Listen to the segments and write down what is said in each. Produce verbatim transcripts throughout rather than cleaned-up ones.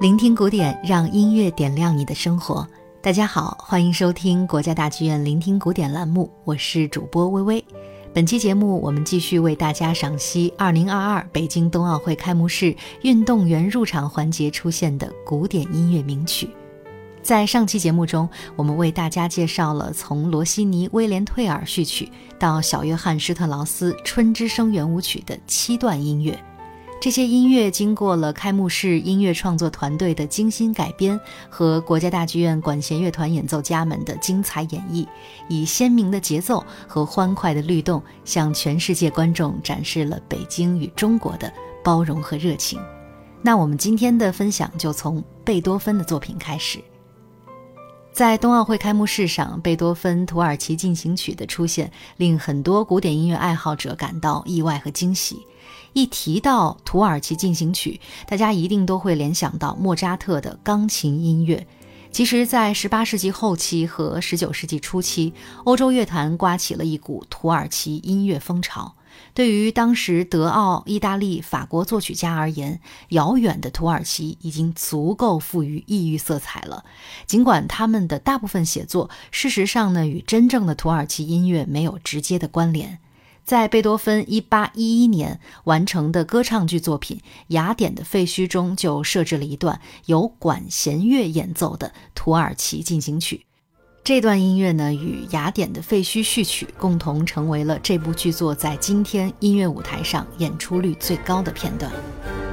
聆听古典，让音乐点亮你的生活。大家好，欢迎收听国家大剧院聆听古典栏目，我是主播微微。本期节目我们继续为大家赏析二零二二北京冬奥会开幕式运动员入场环节出现的古典音乐名曲。在上期节目中，我们为大家介绍了从罗西尼威廉退尔序曲到小约翰施特劳斯春之声圆舞曲的七段音乐。这些音乐经过了开幕式音乐创作团队的精心改编和国家大剧院管弦乐团演奏家们的精彩演绎，以鲜明的节奏和欢快的律动向全世界观众展示了北京与中国的包容和热情。那我们今天的分享就从贝多芬的作品开始。在冬奥会开幕式上，贝多芬土耳其进行曲的出现令很多古典音乐爱好者感到意外和惊喜。一提到土耳其进行曲，大家一定都会联想到莫扎特的钢琴音乐。其实在十八世纪后期和十九世纪初期，欧洲乐坛刮起了一股土耳其音乐风潮。对于当时德奥、意大利、法国作曲家而言，遥远的土耳其已经足够赋予异域色彩了。尽管他们的大部分写作事实上呢与真正的土耳其音乐没有直接的关联。在贝多芬一八一一年完成的歌唱剧作品《雅典的废墟》中，就设置了一段由管弦乐演奏的土耳其进行曲。这段音乐呢，与《雅典的废墟》序曲共同成为了这部剧作在今天音乐舞台上演出率最高的片段。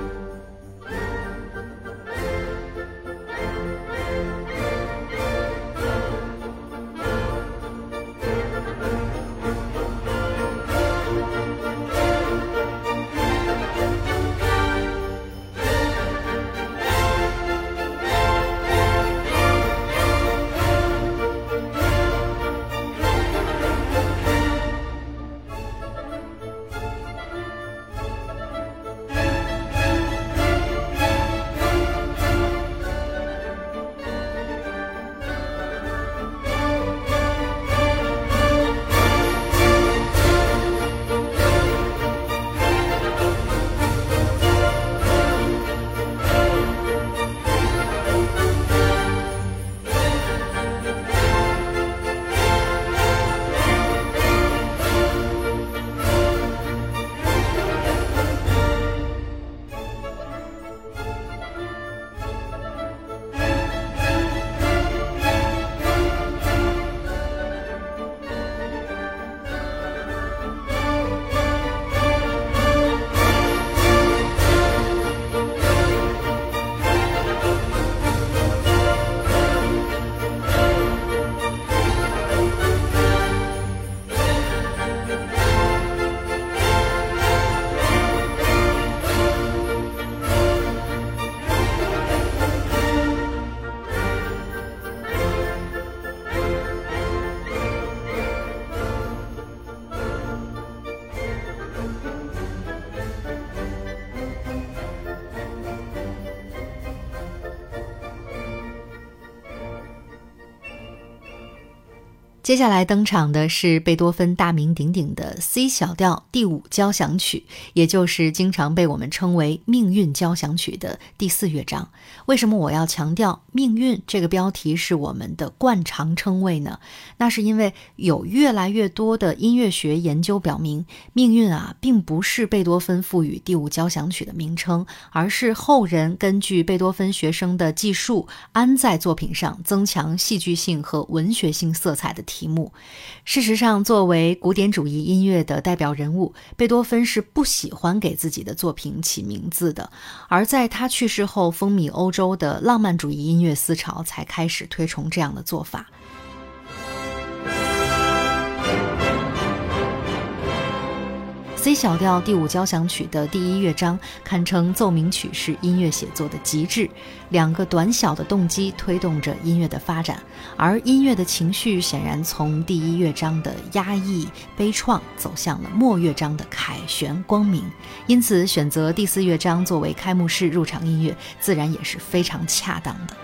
接下来登场的是贝多芬大名鼎鼎的 C 小调第五交响曲，也就是经常被我们称为命运交响曲的第四乐章。为什么我要强调命运这个标题是我们的惯常称谓呢？那是因为有越来越多的音乐学研究表明，命运啊并不是贝多芬赋予第五交响曲的名称，而是后人根据贝多芬学生的记述安在作品上，增强戏剧性和文学性色彩的题目。事实上，作为古典主义音乐的代表人物，贝多芬是不喜欢给自己的作品起名字的，而在他去世后，风靡欧洲的浪漫主义音乐思潮才开始推崇这样的做法。C 小调第五交响曲的第一乐章堪称奏鸣曲式音乐写作的极致，两个短小的动机推动着音乐的发展，而音乐的情绪显然从第一乐章的压抑悲怆走向了末乐章的凯旋光明，因此选择第四乐章作为开幕式入场音乐自然也是非常恰当的。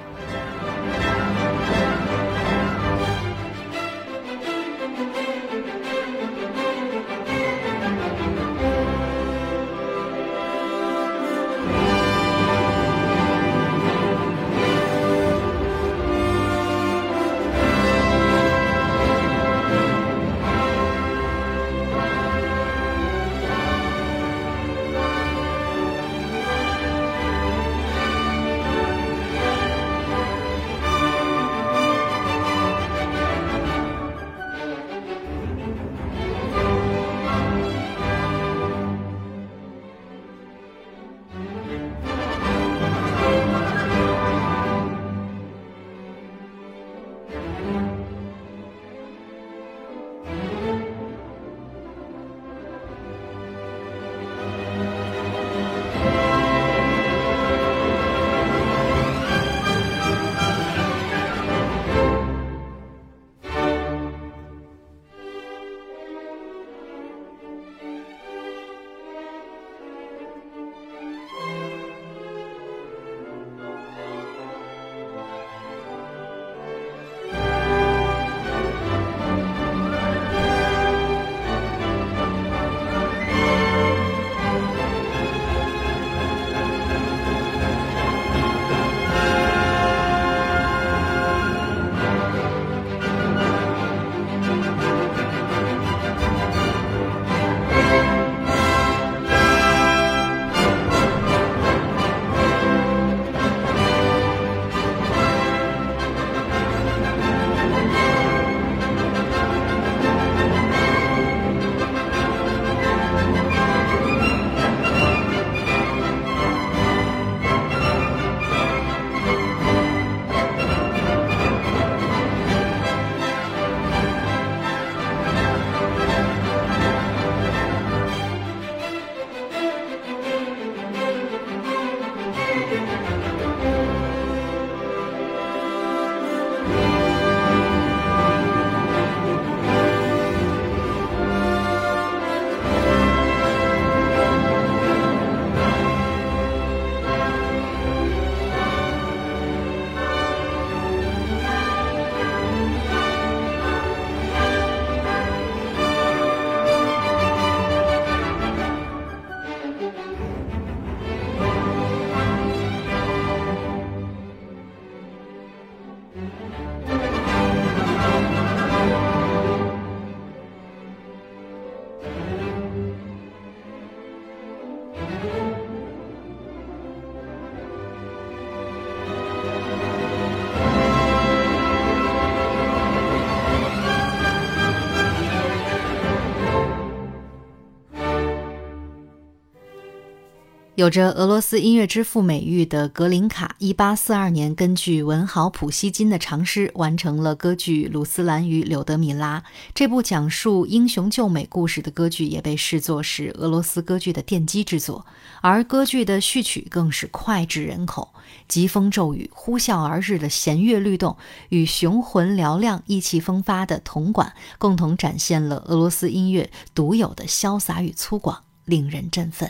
有着俄罗斯音乐之父美誉的格林卡一八四二年根据文豪普希金的长诗完成了歌剧《鲁斯兰与柳德米拉》。这部讲述英雄救美故事的歌剧也被视作是俄罗斯歌剧的奠基之作，而歌剧的序曲更是脍炙人口，疾风骤雨、呼啸而至的弦乐律动与雄浑嘹亮、意气风发的铜管共同展现了俄罗斯音乐独有的潇洒与粗犷，令人振奋。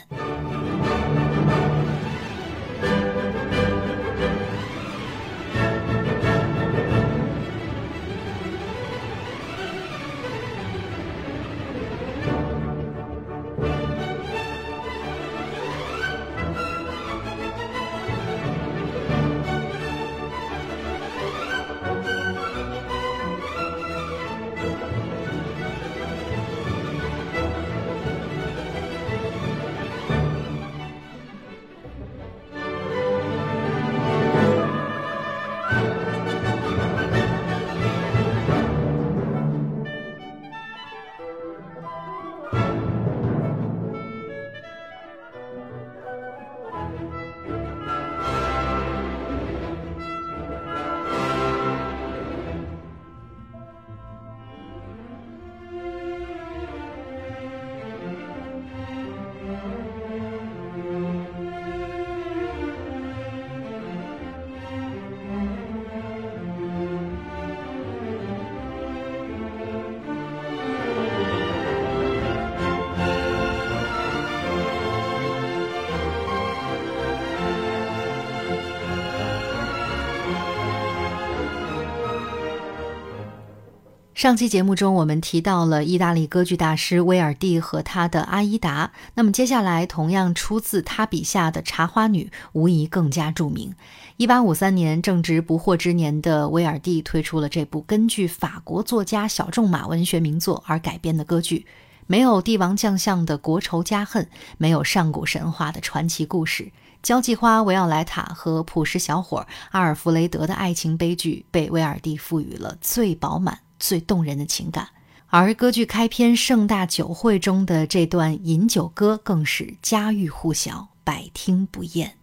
上期节目中我们提到了意大利歌剧大师威尔第和他的阿依达，那么接下来同样出自他笔下的茶花女无疑更加著名。一八五三年正值不惑之年的威尔第推出了这部根据法国作家小仲马文学名作而改编的歌剧，没有帝王将相的国仇家恨，没有上古神话的传奇故事，交际花维奥莱塔和朴实小伙阿尔弗雷德的爱情悲剧被威尔第赋予了最饱满最动人的情感，而歌剧开篇盛大酒会中的这段饮酒歌更是家喻户晓，百听不厌。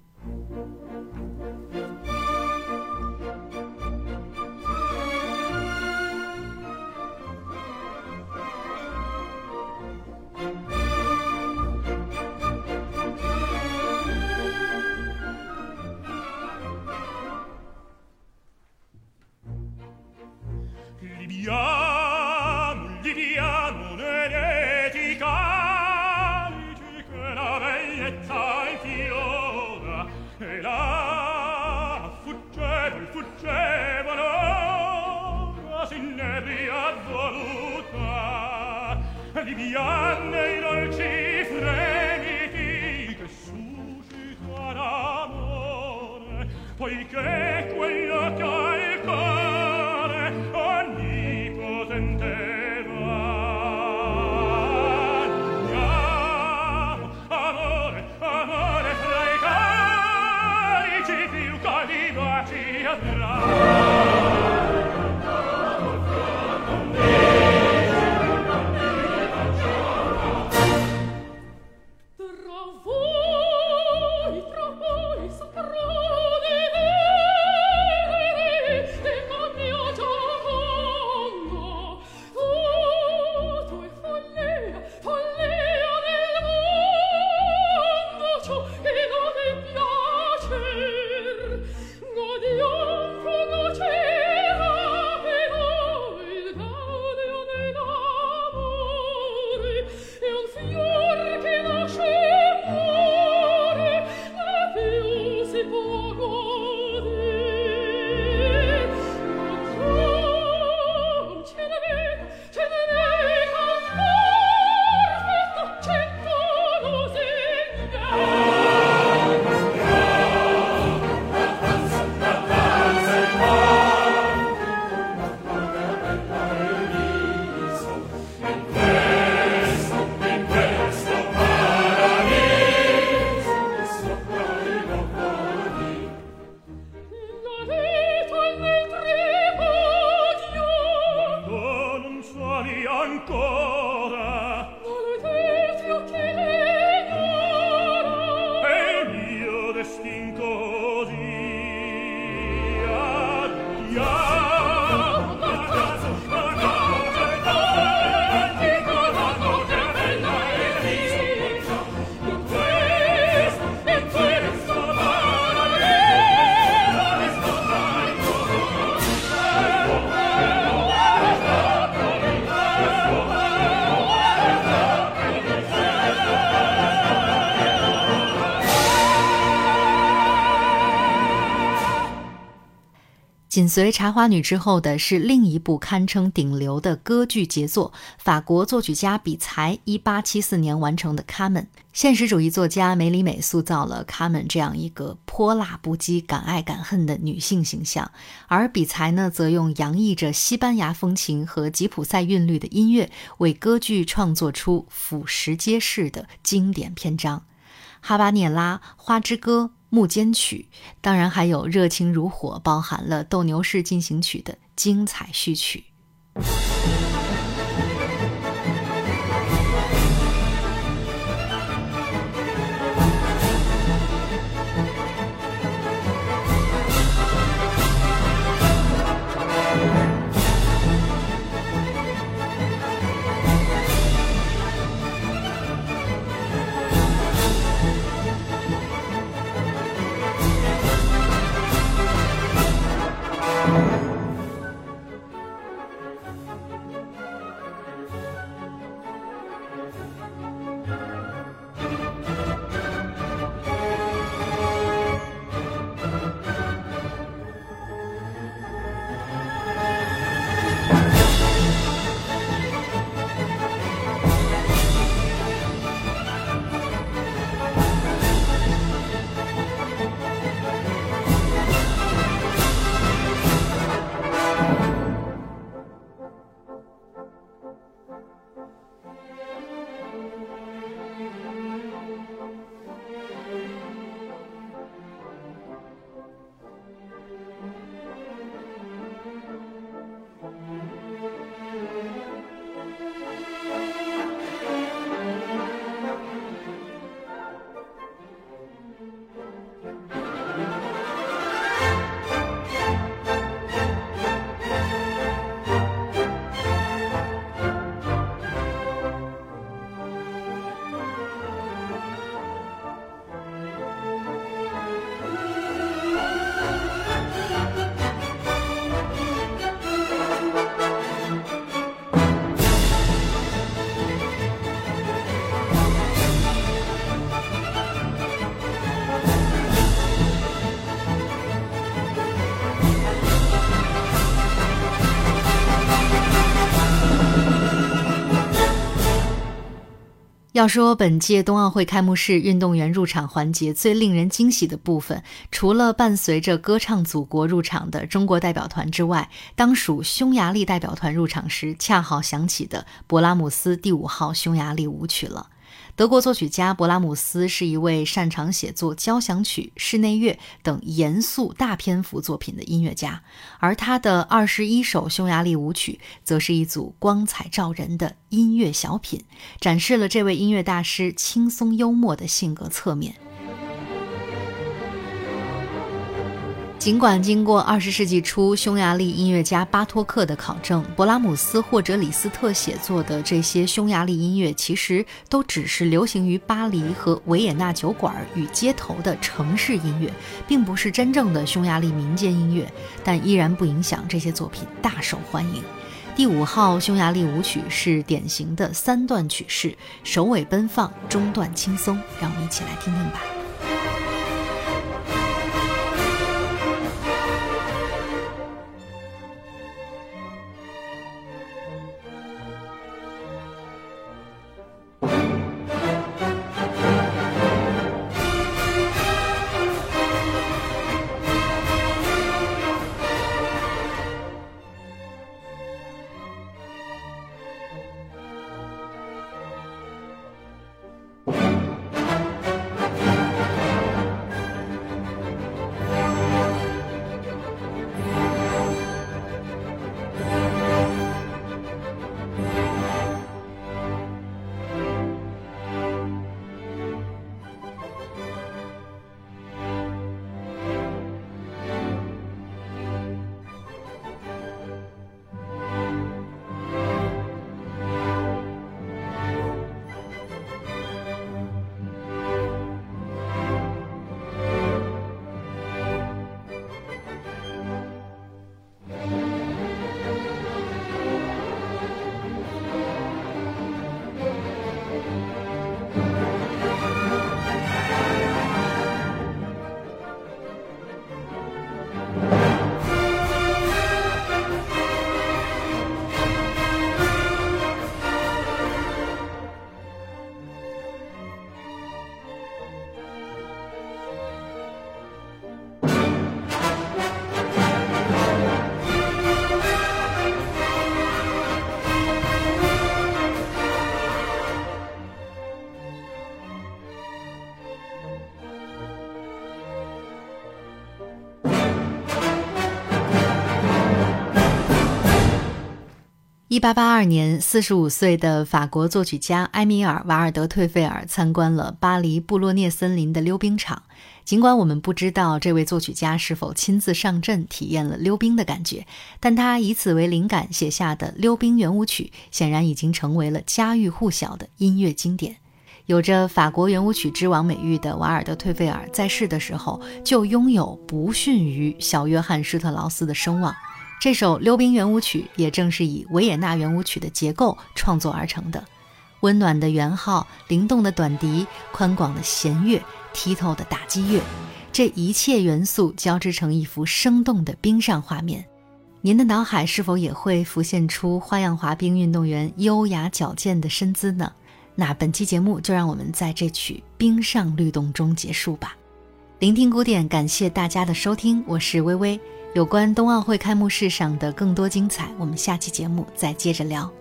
Liviane i dolci fremiti che suscita l'amore, poiché quello che ha il cuore onnipotente va. Andiamo, amore, amore, fra i carici più caldi baci avrà. ancora. Ma lui te ti occhi le ignora. E 紧随《茶花女》之后的是另一部堪称顶流的歌剧杰作，法国作曲家比才一八七四年完成的《卡门》。现实主义作家梅里美塑造了卡门这样一个泼辣不羁、敢爱敢恨的女性形象，而比才呢，则用洋溢着西班牙风情和吉普赛韵律的音乐，为歌剧创作出俯拾皆是的经典篇章。哈巴涅拉、花之歌、木间曲，当然还有热情如火，包含了斗牛士进行曲的精彩序曲。要说本届冬奥会开幕式运动员入场环节最令人惊喜的部分，除了伴随着歌唱祖国入场的中国代表团之外，当属匈牙利代表团入场时恰好响起的勃拉姆斯第五号匈牙利舞曲了。德国作曲家勃拉姆斯是一位擅长写作交响曲、室内乐等严肃大篇幅作品的音乐家，而他的二十一首匈牙利舞曲则是一组光彩照人的音乐小品，展示了这位音乐大师轻松幽默的性格侧面。尽管经过二十世纪初匈牙利音乐家巴托克的考证，勃拉姆斯或者李斯特写作的这些匈牙利音乐其实都只是流行于巴黎和维也纳酒馆与街头的城市音乐，并不是真正的匈牙利民间音乐，但依然不影响这些作品大受欢迎。第五号匈牙利舞曲是典型的三段曲式，首尾奔放，中段轻松，让我们一起来听听吧。 一八八二年，四十五岁的法国作曲家埃米尔·瓦尔德退费尔参观了巴黎布洛涅森林的溜冰场。尽管我们不知道这位作曲家是否亲自上阵体验了溜冰的感觉，但他以此为灵感写下的溜冰圆舞曲显然已经成为了家喻户晓的音乐经典。有着法国圆舞曲之王美誉的瓦尔德退费尔在世的时候就拥有不逊于小约翰施特劳斯的声望。这首溜冰圆舞曲也正是以维也纳圆舞曲的结构创作而成的，温暖的圆号，灵动的短笛，宽广的弦乐，剔透的打击乐，这一切元素交织成一幅生动的冰上画面。您的脑海是否也会浮现出花样滑冰运动员优雅矫健的身姿呢？那本期节目就让我们在这曲冰上律动中结束吧。聆听古典，感谢大家的收听，我是微微。有关冬奥会开幕式上的更多精彩，我们下期节目再接着聊。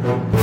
Thank